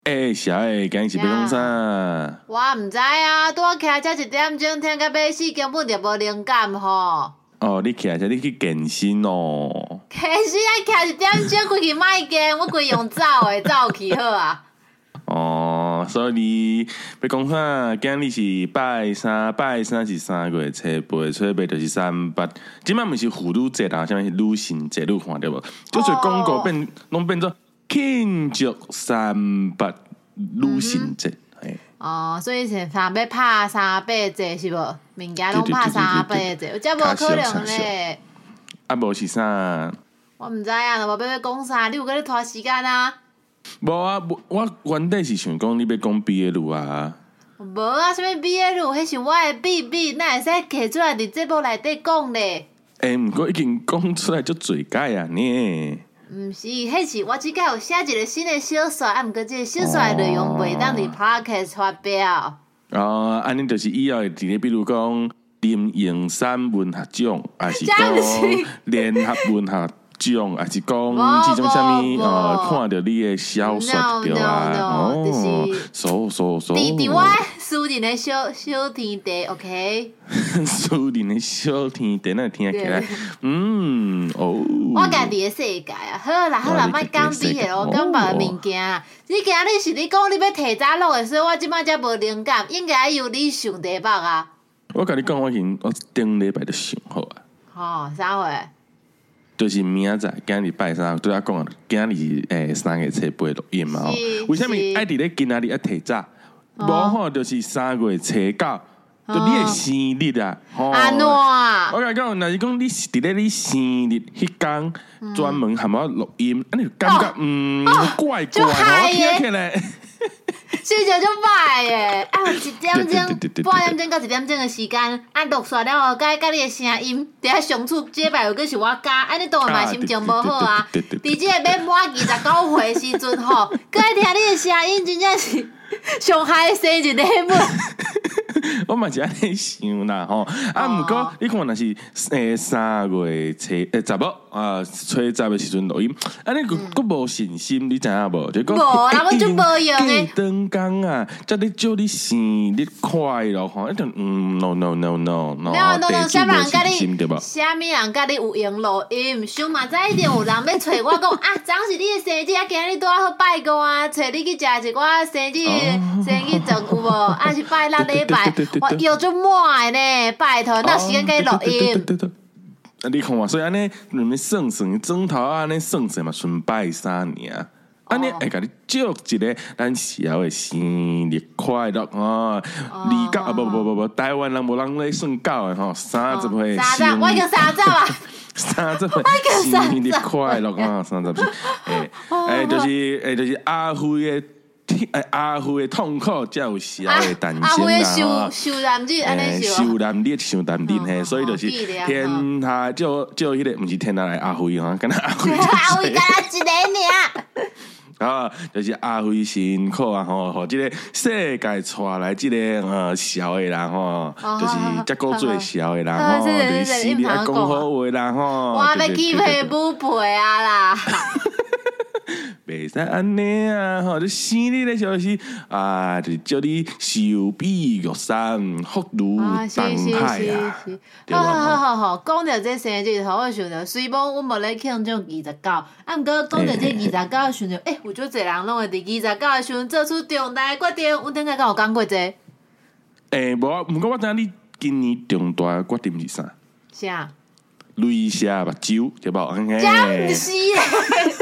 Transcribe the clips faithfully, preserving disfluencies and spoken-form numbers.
诶，小诶，今日是要讲啥？ 我毋知啊，拄好徛遮一点钟，听到尾四根本就无灵感吼。 哦，你徛遮你去健身哦。 其实爱徛一点钟，规气莫健，我规用走诶，走去好啊。 哦，所以你要讲啥？今日是拜三，拜三是三月初八，初八就是三八。即摆毋是妇女节啊，啥物是女性节，你有看到无？就是广告变拢变做庆祝三八女性节。嗯、 哦，所以是三要拍三八节是无？物件拢拍三八节，有遮无可能咧。 啊，无是啥？ 我毋知啊，无要要讲啥，你有甲你拖时间啊？ 无啊，我原底是想讲你要讲 B L 啊。 无啊，啥物 B L， 迄是我的秘密，哪会使摕出来伫节目内底讲咧？ 诶、欸，毋过已经讲出来足侪解啊呢。 毋是，迄是我即摆有写一个新的小说，啊，毋过即个小说的内容袂当伫 Podcast 发表。 哦，安尼就是以后会伫咧，比如讲林荣山文学奖，还是讲联合文学奖，还是讲即种啥物呃，看到你的小说对啊，哦，所所所， 伫伫我私人的小小天地 ，OK？ 私人的小天地，那听起来，嗯，哦， 我家己的世界啊，好啦好啦，莫讲比的咯，讲别的物件。你今日是你讲你要提早录的，所以我即摆才无灵感，应该由你想题目啊。 我甲你讲，我已经我顶礼拜就想好啊。 吼，啥货？ 就是明仔载，今日拜三，对我讲，今日诶三月初八录音嘛。为什么爱伫咧今仔日爱提早？无吼，就是三月初九，就你的生日啊！ 安怎？ 我甲你讲，若是讲你是伫咧你生日迄天专门含我录音，安尼感觉嗯怪怪，我听起来。 心情就歹诶，啊，一点钟、半点钟到一点钟的时间，啊，录煞了后，甲甲你的声音，伫遐相处，即摆又搁是我加，安尼当然嘛心情无好啊。伫即个要满二十九岁时阵吼，搁爱听你的声音，真正是上海生日礼物。 我嘛是安尼想啦吼，啊，毋过你看若是诶三月初诶十五啊，初十的时阵录音，安尼佫佫无信心，你知影无？就讲无啦，我就无用诶。 灯光啊，则咧祝你生日快乐吼，一定嗯 no no no no no， no no no， 啥人甲你对无？ 啥物人甲你有用录音？想嘛知一定有人要找我讲啊，昨是你的生日啊，今日拄好拜过啊，找你去食一寡生日生日粽有无？啊是拜六礼拜。我有就满呢，拜托，哪有时间给你录音？ 啊，你看嘛，所以安尼，你们算算，总头安尼算算嘛，顺拜三尔，安尼会甲你祝一个咱小的生日快乐哦！二九啊，不不不不，台湾人无人咧算九的吼，三十岁生日，我已经三十啊， 三十岁生日快乐啊，三十岁，诶诶，就是诶，就是阿辉的。阿辉的痛苦才有小的诞生啦！ 阿辉的受受难日安尼受， 受难日受难日嘿，所以就是天下就就迄个，毋是天下来阿辉哈，敢若阿辉， 阿辉敢若一个尔。 啊，就是阿辉辛苦啊吼，互即个世界带来即个呃小的人吼，就是才够做小的人吼，就是生日爱讲好话啦吼。 我要去陪母陪啊啦！ 袂使安尼啊！吼，你生日的消息啊，就叫你寿比玉山，福如东海啊！ 好好好好好，讲到这生日，吼，我想到，虽然我无咧庆祝二十九，啊，毋过讲到这二十九的时阵，诶，有足侪人拢会伫二十九的时阵做出重大决定。阮顶下敢有讲过这？ 诶，无，毋过我知影你今年重大决定是啥？ 啥？ 雷射目睭，对无？ 真毋是咧。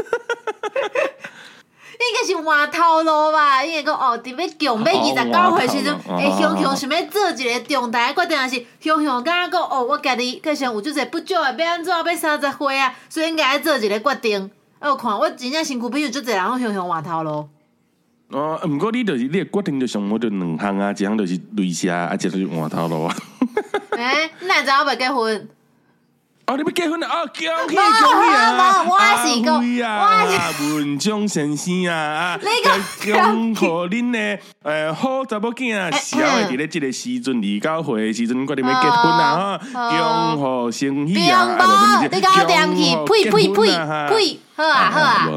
应该是换头路吧，应该讲哦，伫要强要二十九岁时阵，会雄雄想要做一个重大决定，还是雄雄感觉讲哦，我家己可能有即个不少的，要安怎要三十岁啊，所以应该要做一个决定。啊，有看我真正身躯边有足侪人雄雄换头路。 哦，毋过你就是你的决定就上无就两项啊，一项就是雷射，啊，一项就是换头路啊。 诶，你哪知我袂结婚？ 哦，你要结婚啊！哦，恭喜恭喜啊！ 我是讲， 我是文忠先生啊！ 你讲， 恭贺恁的诶好查某囝小的伫咧即个时阵二九岁的时阵决定要结婚啊！哈，恭贺生喜啊！ 你讲我点去，呸呸呸呸！好啊好啊，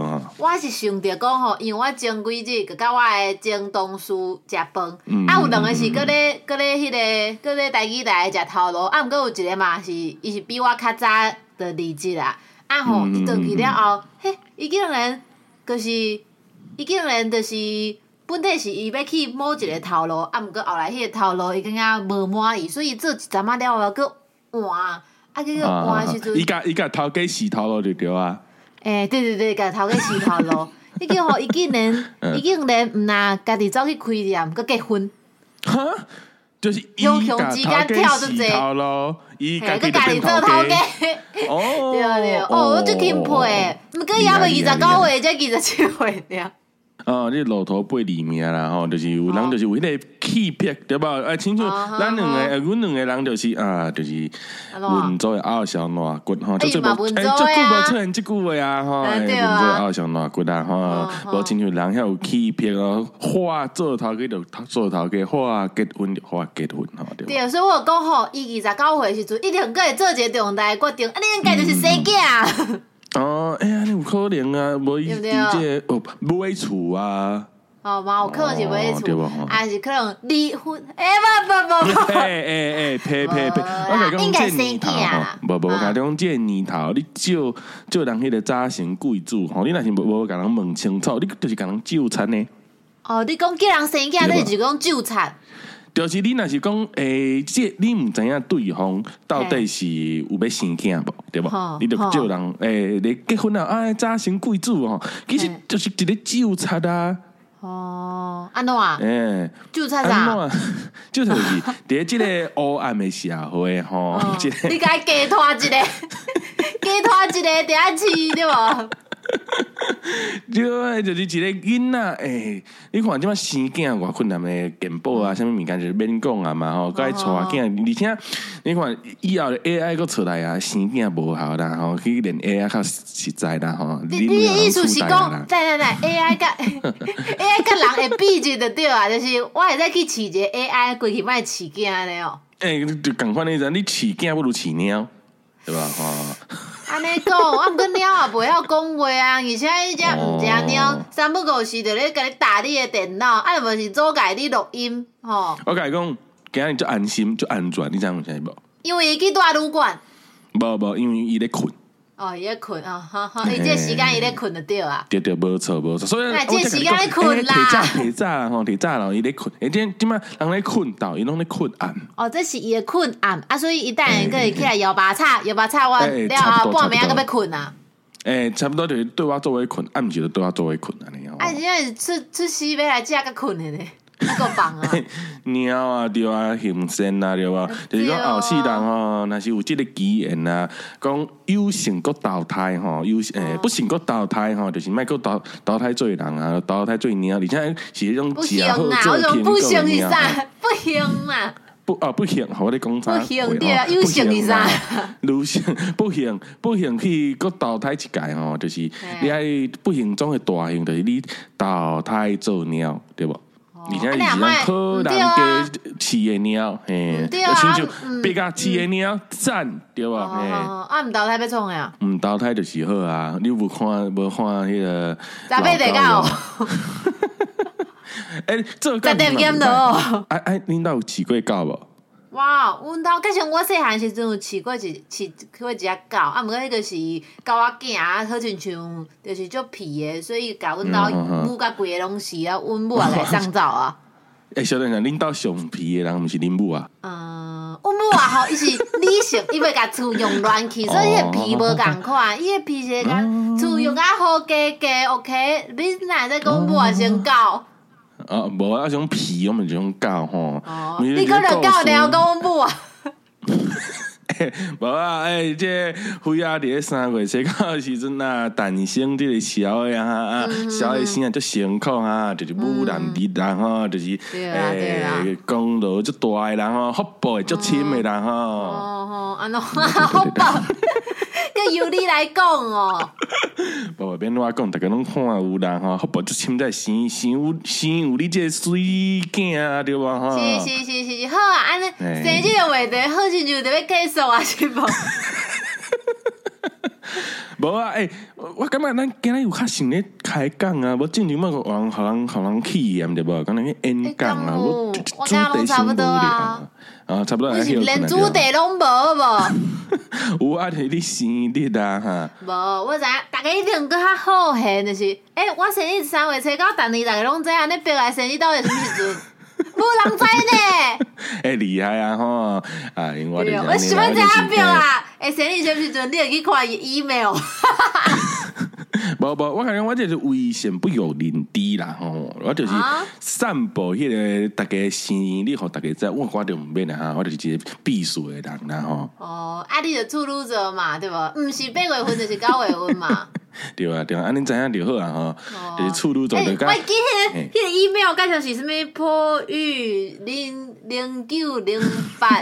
我是想着讲吼，因为我前几日个甲我的前同事食饭，嗯、啊有两个是搁咧搁咧迄个搁咧台语台食头路，啊毋过有一个嘛是伊是比我较早的离职啦，啊吼伊转去了后，嘿，伊竟然就是伊竟然就是本体是伊要去某一个头路，啊毋过后来迄个头路伊感觉无满意，所以做一阵仔了后搁换，啊结果换的时阵， 伊甲伊甲头家洗头路就对啊。 诶、欸，对对对，甲头家洗头路。伊叫吼，伊竟然，伊竟然毋若家己走去开店，搁结婚。 哈，就是伊甲头家洗头路，伊家己做头家。哦， 对对，哦，我最钦佩，毋过也未二十九岁，才二十七岁了。 哦，你路途八里命啦吼，就是有人就是有迄个气魄，对吧？哎，亲像咱两个，阮两个人就是啊，就是文州的傲小软骨吼， 就是无哎，足久无出现即句话啊吼，文州的傲小软骨啊吼，无亲像人遐有气魄哦，话做头家就做头家，话结婚就话结婚吼，对。 对，所以我讲吼，伊二十九岁时阵一定搁会做一个重大决定，啊，你应该就是生囝。 哦，哎呀，你有可能啊，无伊伫这哦买厝啊。 哦，嘛有可能是买厝，还是可能离婚？哎， 不不不不，哎哎哎，呸呸呸！我甲你讲这年头吼，无无，我甲你讲这年头，你照照人迄个早生贵子吼，你若是无无甲人问清楚，你就是甲人纠缠呢。 哦，你讲叫人生囝，你就是讲纠缠。 就是你若是讲，诶，这你毋知影对方到底是有要生囝无，对无？你就叫人诶，你结婚啊，哎，早生贵子吼，其实就是一个纠缠啊。 哦，安怎啊？ 诶， 纠缠啥？ 纠缠就是伫即个黑暗的社会吼， 即个你该加拖一个，加拖一个伫遐饲对无？ 对，就是一个囡仔诶，你看即摆生囝偌困难的健保啊，啥物物件就是免讲啊嘛吼，该带囝，而且你看以后的 A I 佫出来啊，生囝无效啦吼，去连 A I 较实在啦吼。 你你意思是讲，来来来 ，A I 甲 A I 甲人会比就对啊，就是我会使去饲一个 A I， 过去莫饲囝安尼哦。 诶，就共款的意思，你饲囝不如饲猫，对吧？吼。 安尼讲，啊，毋过猫也袂晓讲话啊，而且伊只毋食猫，三不五时就咧甲你打你的电脑，啊，无是做家你录音，吼。 我甲你讲，今日就安心，就安全，你知影有啥无？ 因为伊去住旅馆。 无无，因为伊咧困。 哦，伊咧困啊，哈哈，伊这时间伊咧困就对啊。 对对，无错无错，所以那这时间咧困啦。 提早提早吼，提早咯，伊咧困，而且即摆人咧困到，伊拢咧困暗。 哦，这是伊的困暗啊，所以一旦可以起来摇把叉，摇把叉完了后半暝还要困啊。 诶，差不多就是对我作为困，暗时就对我作为困安尼啊。 啊，现在出出西北来食甲困的呢。那个棒啊！ 猫啊，对啊，行善啊，对啊，就是讲后世人吼，若是有即个基因啊，讲有幸搁投胎吼，有诶不幸搁投胎吼，就是莫搁投投胎做人啊，投胎做猫，而且是迄种食好做天不行是啥？不行嘛！ 不啊不行，我咧讲啥？ 不行对啊，有行是啥？ 有行不行不行去搁投胎一届吼，就是你爱不行总会大型，就是你投胎做猫，对无？而且是讲好人家饲的猫，嘿，亲像别个饲的猫赞，对吧？嘿， 啊，唔投胎要创呀？ 唔投胎就是好啊！你有看无看迄个？ 十八地狗。 哎，这十点点咯。 哎哎，恁兜有饲过狗无？ 哇，阮兜加上我细汉时阵有饲过一饲过一只狗，啊，毋过迄个是狗仔囝啊，好亲像就是足皮的，所以甲阮兜母甲规个拢是啊，阮母也来上灶啊。 诶，小等下，恁兜上皮的人毋是恁母啊？ 嗯，阮母啊吼，伊是理性，伊袂甲厝用乱去，所以伊个皮无共款，伊个皮是甲厝用啊好加加 OK， 你哪会使讲母也先狗？ 啊，无啊，种皮我们就种狗吼。 哦，你可能狗了讲母啊？ 无啊，诶，这飞啊，伫咧三月初九时阵啊，诞生即个小的啊，小的生啊，足辛苦啊，就是母男儿人吼，就是诶，功劳足大的人吼，福报会足深的人吼。 哦吼，安怎福报？佮由你来讲哦。 无免我讲，大家拢看有人吼，福报足深在生生有生有你这水囝啊，对吧？吼。 是是是是好啊，安尼生即个话题好亲像就要结束啊，是无？ 无啊，诶、欸，我感觉咱今日有较想咧开讲啊，无正经嘛，互人互人互人气验对无？讲那个演讲啊， 我我感觉拢差不多啊， 啊，差不多。 你是连主题拢无无？ 有啊，是你生日啊哈。 无，我知影，大家一定搁较好闲，就是，诶、欸，我生日三月初九，逐年大家拢知影，你别来生日到底什么时阵？无人知呢。 诶，厉害啊吼！啊，因为我就是我想要知影表啊，诶，生日什么时阵？你会去看伊 email。 无无，我感觉我这是危险不有邻居啦吼，我就是散播迄个大家生日，互大家知，我我就毋免啦哈，我就是一个避暑的人啦吼。 哦，啊，你就处女座嘛，对无？毋是八月份就是九月份嘛。 对啊对啊，安尼知影就好啊吼，哦、就是处女座就甲。我记迄个迄个 email 介绍是啥物？破玉零零九零八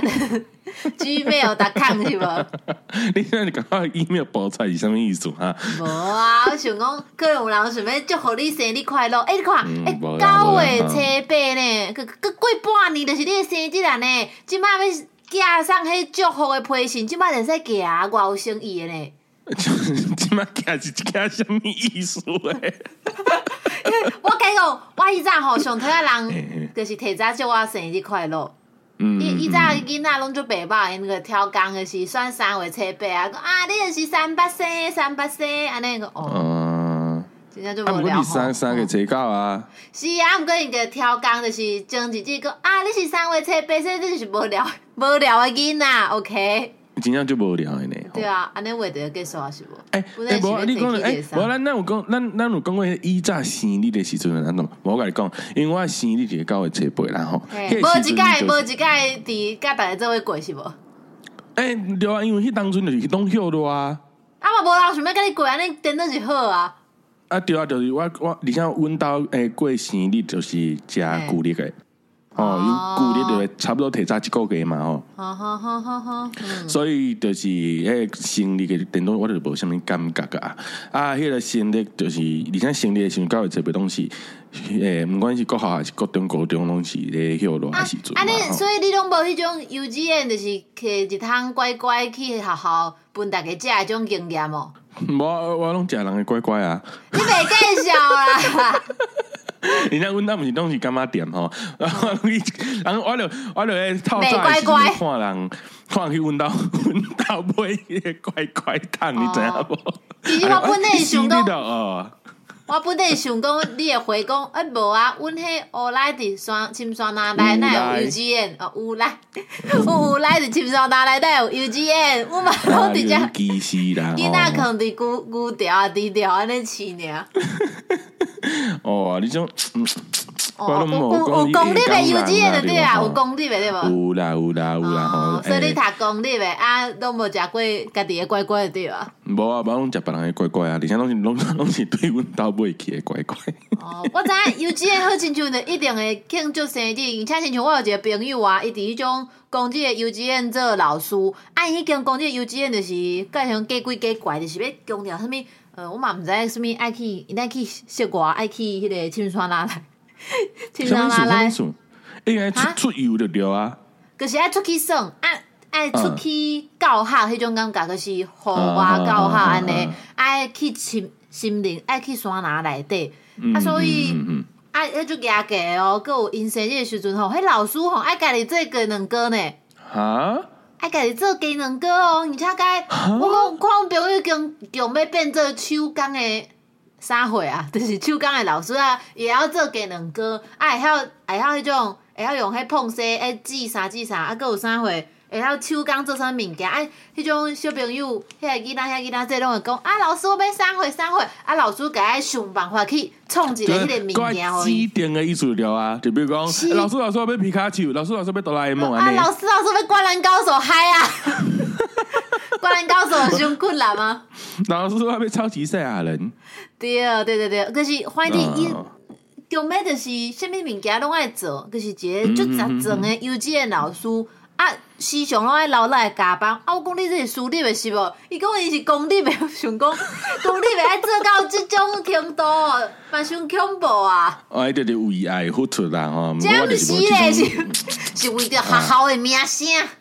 gmail dot com 是无？ 你现在讲 email 报出来是啥物意思哈？ 无啊，我想讲，可能有人想要祝福你生日快乐。诶、欸，你看，诶、欸，九月初八呢，佮佮过半年就是你的生日啊呢。即摆要寄送迄祝福的批信，即摆就使寄啊，偌有诚意的呢。 即摆寄是寄啥物意思诶？ 我甲你讲，我迄早吼上讨厌人，就是提早祝我生日快乐。伊伊早囡仔拢做白饱，因个挑工的是算三月初八啊，讲啊，你就是三八生，三八生安尼个哦。真正就无聊吼。啊， 三三月初九啊。 是啊，毋过因个挑工就是前一日讲啊，你是三月初八生，这就是无聊无聊的囡仔 ，OK。 真正就无聊的呢。 对啊，安尼话就要结束啊，是无？ 诶诶，无你讲诶，无咱咱有讲，咱咱有讲过以早生日的时阵，咱懂？无我甲你讲，因为我生日就是九月初八啦吼。 无一届，无一届伫甲大家做伙过是无？ 诶，对啊，因为迄当阵就是拢休咯啊。 啊嘛，无人想要甲你过，安尼真的是好啊。 啊对啊，就是我我，而且阮兜诶过生日就是食旧历诶。哦，因旧历就差不多提早一个月嘛吼， 好好好好好， 所以就是迄生日嘅电动，我就无啥物感觉啊。啊，迄个生日就是，而且生日嘅时阵，九月初八拢是，诶，毋管是国校还是国中、高中，拢是咧休落嘅时阵。 啊，你所以你拢无迄种幼稚园，就是摕一趟乖乖去学校分大家食迄种经验哦。 无，我拢食人嘅乖乖啊。 你袂介绍啦。 人家阮兜毋是拢是干妈店吼，然后然后我就我就咧透早时看人看去阮兜阮兜买迄个乖乖糖，你知影无？ 其实我本来想讲， 哦， 我本来想讲，你会回讲，哎无啊，阮迄乌来伫山深山那内哪有幼稚园哦，有来，有来伫深山那内哪有幼稚园，我嘛拢伫遮， 其实啦， 囡仔囥伫牛牛条啊、猪条安尼饲尔。 哦，你种， 我有有公立的幼稚园的对啊，有公立的对无？ 有啦有啦有啦吼。 所以你读公立的啊，拢无食过家己的乖乖对啊？ 无啊，无拢食别人的乖乖啊，而且拢是拢拢是对阮兜买起的乖乖。哦， 我知影幼稚园好亲像就一定会庆祝生日，而且亲像我有一个朋友啊，伊伫迄种公立的幼稚园做老师，啊，伊迄间公立的幼稚园就是介像假鬼假怪，就是要强调啥物？呃，我嘛毋知啥物爱去，伊爱去室外，爱去迄个深山哪来，深山哪来？ 应该出出游就对啊。 就是爱出去耍，爱爱出去教学迄种感觉，就是户外教学安尼，爱去森森林，爱去山哪内底，啊，所以啊，迄种牙价哦，佮有因生日的时阵吼，迄老师吼爱家己做鸡卵糕呢。哈？爱家己做鸡卵糕哦，而且该我讲看阮朋友强强要变做手工的啥货啊，就是手工的老师啊，也要做鸡卵糕，啊会晓会晓迄种会晓用迄碰洗，哎煮啥煮啥，啊，佮有啥货会晓手工做啥物件，啊，迄种小朋友，迄个囡仔，遐囡仔，这拢会讲啊，老师我要啥货啥货，啊，老师甲伊想办法去创一个迄个物件互伊。指定的意思了啊，就比如讲，老师老师我要皮卡丘，老师老师要哆啦 A 梦啊，老师老师要灌篮高手嗨啊！灌篮高手伤困难吗？ 老师说要超级赛亚人。 对对对对，可是反正伊强要就是什么物件拢爱做，就是一个足杂种的幼稚园老师啊，时常拢爱留来加班。啊，我讲你这是私立的是无？伊讲伊是公立的，想讲公立的爱做到这种程度，嘛伤恐怖啊！ 哦，伊就是为爱付出啦吼， 这毋是咧，是是为着学校的名声。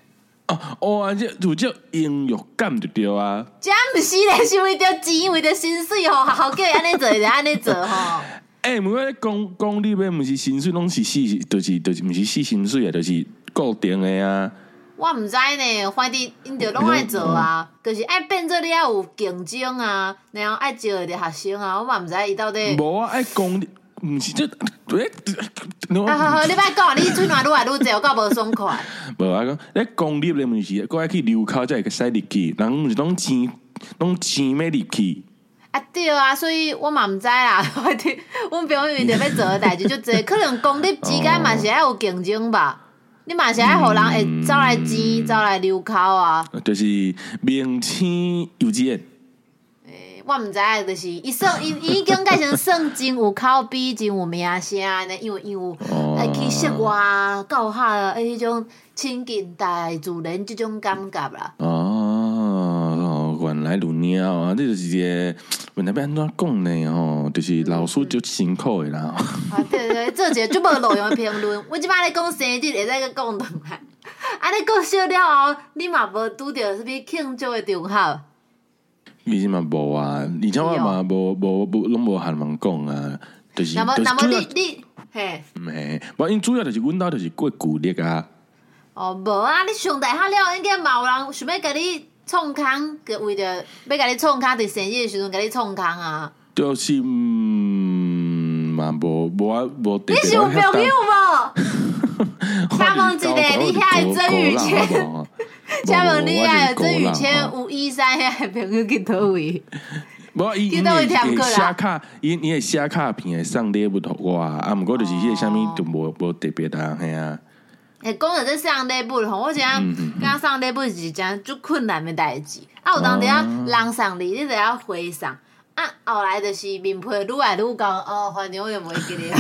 哦哦啊，这有这荣誉感就对啊。 这毋是咧，是为着钱，为着薪水吼，好好叫伊安尼做就安尼做吼。 诶、欸，毋过讲讲你要毋是薪水，拢是死，就是就是毋是死薪水啊，就是固定的啊。 我毋知呢，反正因着拢爱做啊，就是爱变做你要有竞争啊，然后爱招着学生啊，我嘛毋知伊到底。 无啊，爱讲你，毋是这，诶、 欸，好好好，你别讲，你嘴暖愈来愈济，我搞无爽快。 无啊，讲你公立咧，毋是，搁爱去留考才会使入去，人毋是拢钱，拢钱要入去。 啊对啊，所以我嘛毋知啦，反正阮朋友因着要做诶代志就济，可能公立之间嘛是爱有竞争吧。你嘛是爱互人会走来钱，走来留考啊。 就是名声幼稚园。 诶，我毋知影，就是伊算伊已经改成算真有口碑、真有名声安尼，因为伊有爱去室外教学啊，迄种亲近大自然即种感觉啦。 哦，原来如鸟啊！这就是一个，原来要安怎讲呢？吼，就是老师就辛苦的啦。 啊，对对，做一个足无路用的评论。我即摆咧讲生日，会使个讲两下。啊，你讲少了后，你嘛无拄着啥物庆祝的场合？ 其实嘛无啊，而且我嘛无无无拢无和人讲啊，就是。 那么那么你你嘿？ 嘿，无因主要就是阮兜就是过旧历啊。 哦，无啊！你上大学了，应该嘛有人想要甲你创空，个为着要甲你创空，伫生日的时阵甲你创空啊。 就是嗯嘛无无啊无特别。 你是有朋友无？请问一个，你遐的曾宇谦？请问你遐的曾宇谦有一三遐的朋友去倒位？ 无伊伊会写卡，伊伊会写卡片会送礼物互我，啊，毋过就是迄个啥物就无无特别啊，嘿啊。 诶，讲到这送礼物吼，我知影，敢送礼物是一件足困难的代志。啊，有当时啊，人送你，你就要回送。啊，后来就是面皮愈来愈厚，哦，反正我就袂记哩。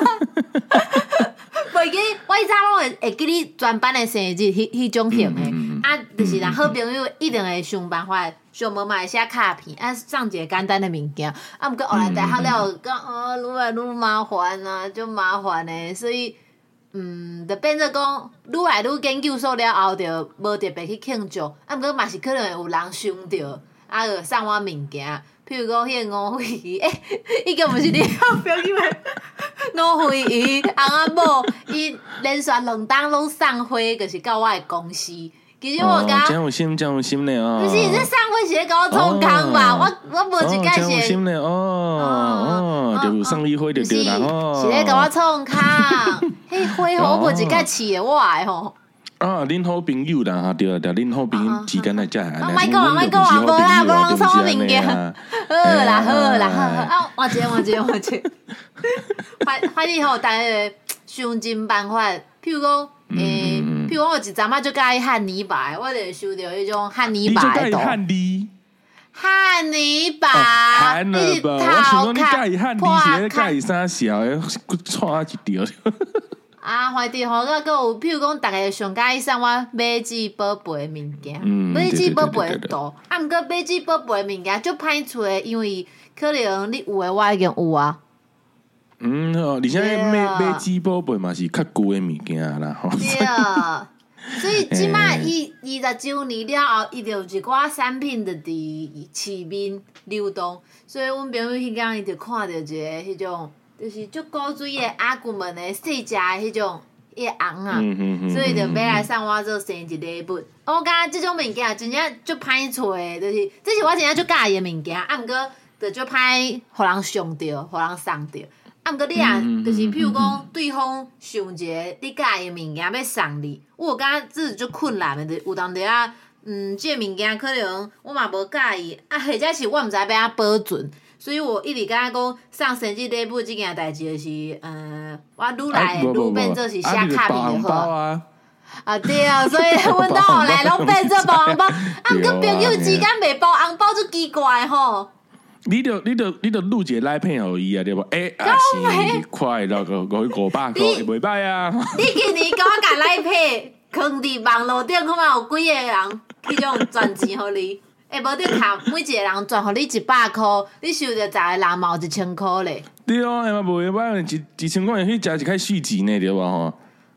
袂记，我以前拢会会记你专班的生日，迄迄种型的。啊，就是人好朋友一定会想办法，上无嘛会写卡片，啊，送一个简单的物件。啊，毋过后来大学了，讲哦，愈来愈麻烦啊，就麻烦的，所以。嗯，就变做讲，愈来愈研究所了后，就无特别去庆祝。啊，毋过嘛是可能有人想着，啊，就送我物件。譬如讲，迄个吴慧仪，诶、欸，伊个毋是你好朋友诶。吴慧仪翁仔某，伊连续两档拢送花，就是到我诶公司。其实我甲， 真有心，真有心呢哦。 不是，这送花是咧甲我创空吧？我我无一届是。 真有心呢哦哦，就送你花就对啦哦。 是咧甲我创空，迄花吼我无一届饲诶我诶吼。 啊，恁好朋友啦，对啦，对，恁好朋友之间来遮。 啊，莫讲啊，莫讲啊，无啦，无人送我物件。好啦，好啦，好啊，换一个，换一个，换一个。反反正吼，逐个想尽办法，譬如讲，诶，譬如讲，我一阵仔就介意汉尼拔，我就收到迄种汉尼拔的图。 汉尼。 汉尼拔， 汉尼拔，我想讲你介意汉尼，是介意啥小诶，错一条。 啊，反正吼，个有，譬如讲，逐个上介意送我马子宝贝的物件，马子宝贝的图，啊，毋过马子宝贝的物件足歹找的，因为可能你有诶，我已经有啊。 嗯，而且马马子宝贝嘛是较旧的物件啦，吼。 对啊，所以即摆伊二十周年了后，伊就有一寡产品就伫市面流动，所以阮朋友迄天伊就看到一个迄种。就是足古锥的阿姑们的细只的迄种迄红啊，所以就要来送我做生日礼物。我感觉即种物件真正足歹找的，就是这是我真正足介意的物件，啊，毋过就足歹，互人想着，互人送着。啊，毋过你啊，就是譬如讲，对方想一个你介意的物件要送你，我有感觉这是足困难的，有当时啊，嗯，即、这个物件可能我嘛无介意，啊，或者是我毋知要安怎保存。所以我一直感觉讲送生日礼物这件代志，就是，呃，我愈来愈变做是写卡片就好啊。啊对啊，所以阮到后来拢变做包红包，啊，毋过朋友之间袂包红包就奇怪吼。 你着你着你着录一个来片互伊啊，对无？诶、欸，啊生日快乐，个个五百块会袂歹啊！ 你今年甲我甲来片，放伫网络顶，看嘛有几个人去种赚钱互你。诶，无得卡，每一个人赚互你一百箍，你收着十个人嘛有一千箍咧。 对啊，诶嘛袂歹，一一千块去食一开续集呢，对无吼？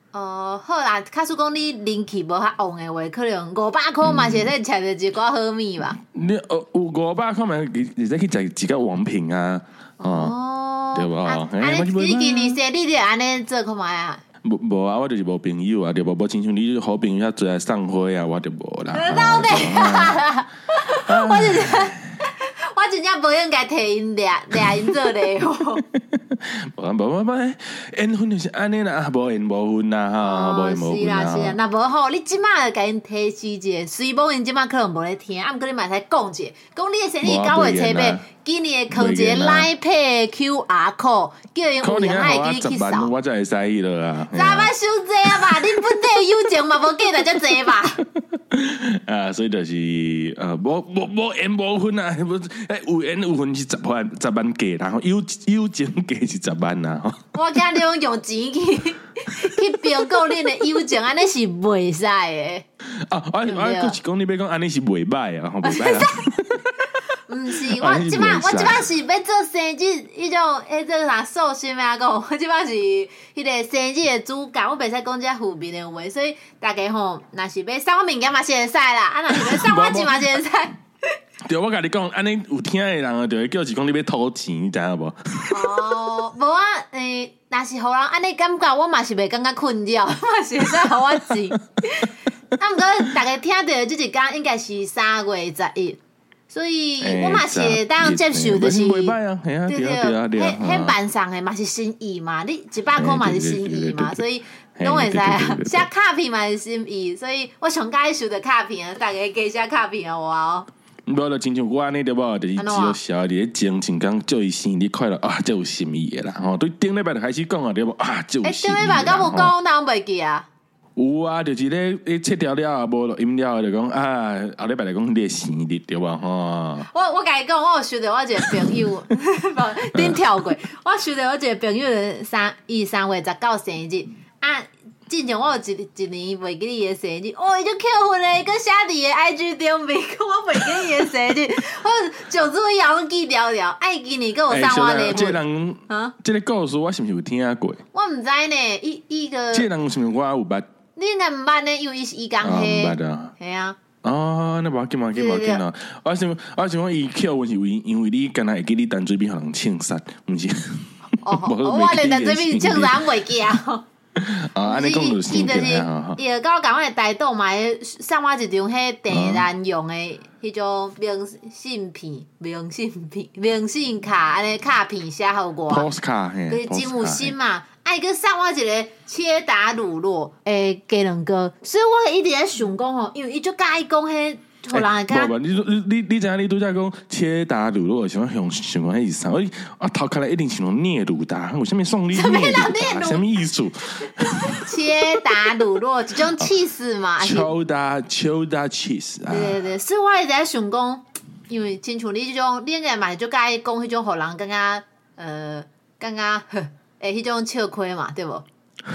哦，好啦，假使讲你人气无较旺的话，可能五百箍嘛是会使吃着一寡好米吧。 你呃有五百块嘛，你你再去食几个王品啊？哦，对吧？ 啊，安尼你今年生日你安尼做看卖啊？ 无无啊，我就是无朋友啊，对无无亲像你好朋友遐做来送花啊，我就无啦。 到底？我真正我真正无应该摕因掠掠因做礼物。 无无无无，缘分就是安尼啦，无缘无分啦，哈，无缘无分啦。 是啦是啦，若无吼，你即马甲因提示一下，虽无因即马可能无咧听，啊，毋过你嘛会使讲者，讲你的生日九月七八，今年会放一个 Line Pay Q R code， 叫因有闲爱给你去扫。 我才会使去了啊！ 十万伤济啊吧，恁本地友情嘛无计得遮济吧？ 啊，所以就是呃，无无无缘无分啊，无诶有缘有分是十万十万价，然后友友情价是十万呐。 我惊你用用钱去去标告恁的友情，安尼是袂使的。 啊，我我佫是讲你要讲安尼是袂歹啊，袂歹啦。 毋是，我即摆我即摆是要做生日，迄种迄种啥寿星啊讲，我即摆是迄个生日的主角，我袂使讲遮负面的话，所以大家吼，若是要送我物件嘛是会使啦，啊，若是要送我钱嘛是会使。 对，我甲你讲，安尼有听的人就会叫是讲你要讨钱，你知影无？ 哦，无啊，诶，若是互人安尼感觉，我嘛是袂感觉困扰，我嘛是会使互我钱。啊，毋过大家听到即一天应该是三月十一。所以我嘛是会当接受，就是对对，迄迄办送的嘛是心意嘛，你一百块嘛是心意嘛，所以拢会使啊。写卡片嘛是心意，所以我上介收的卡片啊，大家加写卡片啊，我哦。 无就亲像我安尼对无，就是只有小伫咧前情讲祝伊生日快乐啊，这有心意的啦。吼，对顶礼拜就开始讲啊，对无啊，这有心意。诶，顶礼拜敢无讲，哪袂记啊？有啊，就是咧咧切掉了啊，无录音了就讲啊，后礼拜来讲你的生日对吧？吼。 我我甲你讲，我有收到我一个朋友，无恁跳过，我收到我一个朋友的三，伊三月十九生日啊。之前我有一一年袂记你的生日，哦，伊就扣分嘞，佮写伫个 I G 顶面，讲我袂记你的生日，我就做以后记了了。哎，今年佮有送我礼物。 这人啊，这个故事我是毋是有听过？ 我毋知呢，伊伊个。 这人是毋是我有捌？ 你若毋捌呢？因为伊是伊讲黑。 啊，毋捌啊。 系啊。 哦，那无要紧嘛，紧嘛紧啊！我想我想讲伊扣分是因因为你敢若会记你单嘴边互人庆杀，毋是？ 哦，我连单嘴边庆杀袂记啊。 啊，安尼讲就是伊就是伊个甲我讲我的台东嘛，送我一张迄地咱用的迄种明信片、明信片、明信卡安尼卡片写互我 ，postcard 嘿， 就是真有心嘛。啊，伊佮送我一个切达乳酪诶鸡卵糕，所以我一直在想讲吼，因为伊就介意讲迄。互人会感觉，你你你知影你拄则讲切达乳酪，想想想讲迄是啥？我啊头壳来一定想讲聂鲁达，为什么送你聂鲁达？什么意思？ 切达乳酪一种 cheese 嘛， 秋达秋达 cheese 啊！ 对对对，所以我一直在想讲，因为亲像你即种，你应该嘛就介意讲迄种互人感觉呃感觉诶迄种笑亏嘛，对无？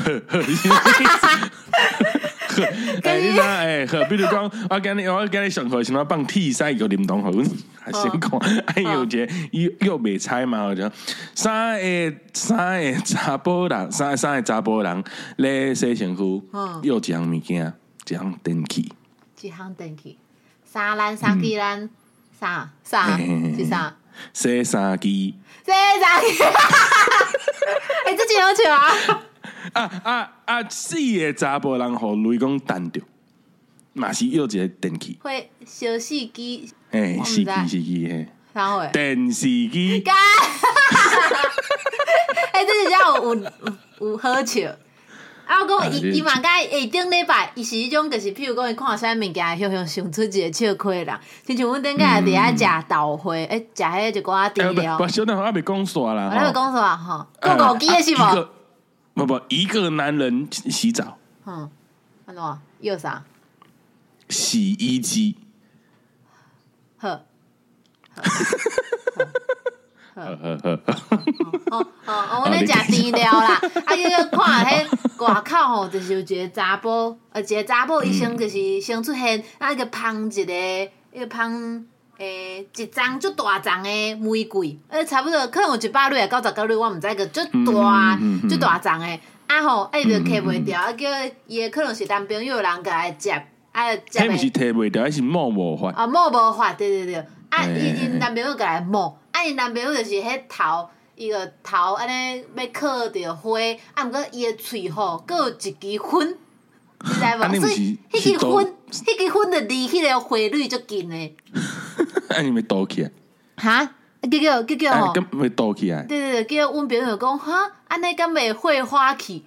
哎，你讲哎，比如讲，我今日我今日上课想要放替塞个林同学，先讲，哎有一个又又袂猜嘛，我讲三个三个查甫人，三三个查甫人咧洗身躯，又一项物件，一项电器， 一项电器，三篮三支篮，啥啥是啥？ 洗衫机， 洗衫机，哎，这真好笑啊！ 啊啊啊！四个查甫人互雷公弹着，嘛是有一个电器。 会小视机， 诶，视机视机嘿。 啥会？ 电视机。 干！哎，这是叫有有有好笑。啊，我讲伊伊嘛甲伊顶礼拜，伊是迄种，就是譬如讲，伊看啥物件，向向想出一个笑亏啦。亲像阮顶下伫遐食豆花，诶，食迄一寡调料。 不，小等还袂讲煞啦。 还袂讲煞吼，讲五支的是无？ 不不，一个男人洗澡。 嗯，安怎？有啥？ 洗衣机。 呵。 呵呵呵。 哦哦，我咧食甜料啦，啊，叫叫看迄外口吼，就是有一个查甫，呃，一个查甫医生就是先出现，啊，伊个芳一个，伊个芳。诶，一丛足大丛的玫瑰，诶，差不多可能有一百蕊啊，九十九蕊，我毋知个足大，足大丛的。 啊吼，啊伊就摕袂掉，啊叫伊可能是男朋友人甲伊接，啊接。 迄毋是摕袂掉，迄是摸无法。 啊摸无法，对对对，啊伊伊男朋友甲伊摸，啊伊男朋友就是迄头。伊个头安尼要靠着花，啊，毋过伊个喙吼，阁有一支粉，你知无？所以迄支粉，迄支粉就离迄个花蕊足近诶。 啊，你咪倒起来？ 哈？结果结果吼， 咁咪倒起来？ 对对对，结果阮朋友讲，哈，安尼敢袂会花去？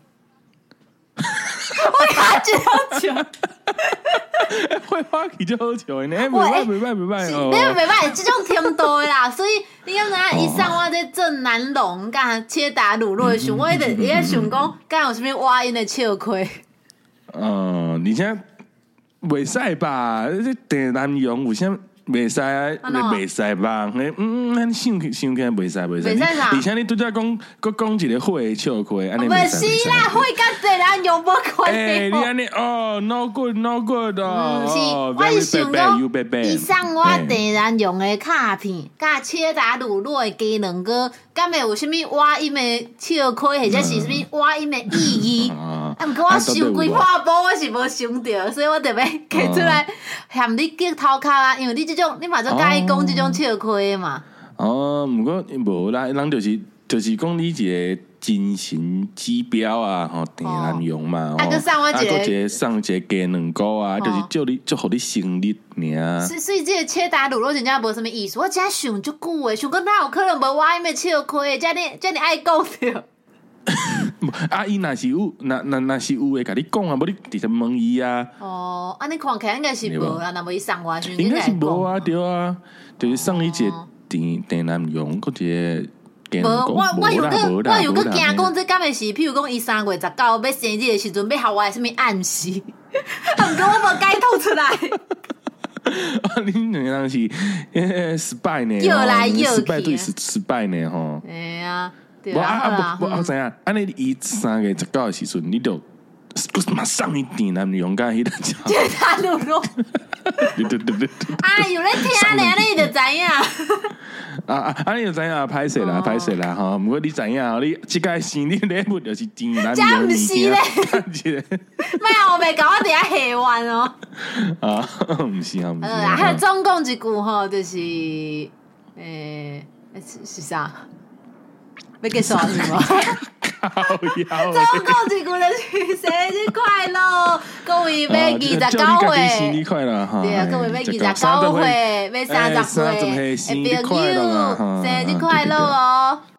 我感觉好笑。 会花去就好笑呢，袂歹袂歹袂歹哦， 没有袂歹，即种程度的啦，所以你敢知影？伊送我这郑南龙甲切达卤肉的时候，我一直伊在想讲，敢有啥物挖音的笑亏？ 嗯，而且袂使吧？这电男用有啥袂使啊？袂使吧？嗯，咱想想起来袂使袂使。而且你拄则讲，佮讲一个火的笑亏，安尼袂使。 是啦，火甲电男用无关系。 诶，你安尼哦 ，no good no good 哦。 毋是，我是想讲，伊送我电男用的卡片，甲切达卤肉的鸡卵糕，敢会有啥物挖音的笑亏，或者是啥物挖音的意义？啊，毋过我想规划波，我是无想到，所以我特别摕出来嫌你激头壳啊，因为你即种你嘛就介意讲即种笑亏嘛。 哦，毋过无啦，人就是就是讲你一个精神指标啊，吼，电男用嘛， 啊，佮送我一个， 啊，一个送一个鸡卵糕啊，就是祝你祝互你生日尔。 所以所以即个切达卤肉真正无啥物意思，我真想足久诶，想讲哪有可能无我因为笑亏诶，遮尔遮尔爱讲着。 啊，伊若是有，若若若是有诶，甲你讲啊，无你直接问伊啊。 哦，安尼看起来应该是无啦，若无伊送我， 应该是无啊，对啊，就是送伊一个电电男用，搁一个。 无，我我有个我有个惊讲，这敢会是，譬如讲，伊三月十九要生日的时阵，要互我啥物暗示？啊，毋过我无解吐出来。 啊，恁两个人是诶失败呢， 摇来摇去， 失败对失失败呢吼。 哎呀，对啊啊， 无无我知影，安尼伊三月十九的时阵，你就马上一电男用甲迄个叫。 切达卤肉。 对对对对。 啊，有咧听咧，你就知影。 啊啊！啊，你就知影歹势啦，歹势啦吼！毋过你知影，你即个生日礼物就是电男用物件，看起来。 莫后袂甲我伫遐下完哦。 啊，毋是啊，毋是。 呃，还有总共一句吼，就是诶，是啥？要结束是无？总共一句就是生日快乐，各位要二十九岁， 生日快乐哈！ 对啊，各位要二十九岁，要三十岁，的朋友，生日快乐哦！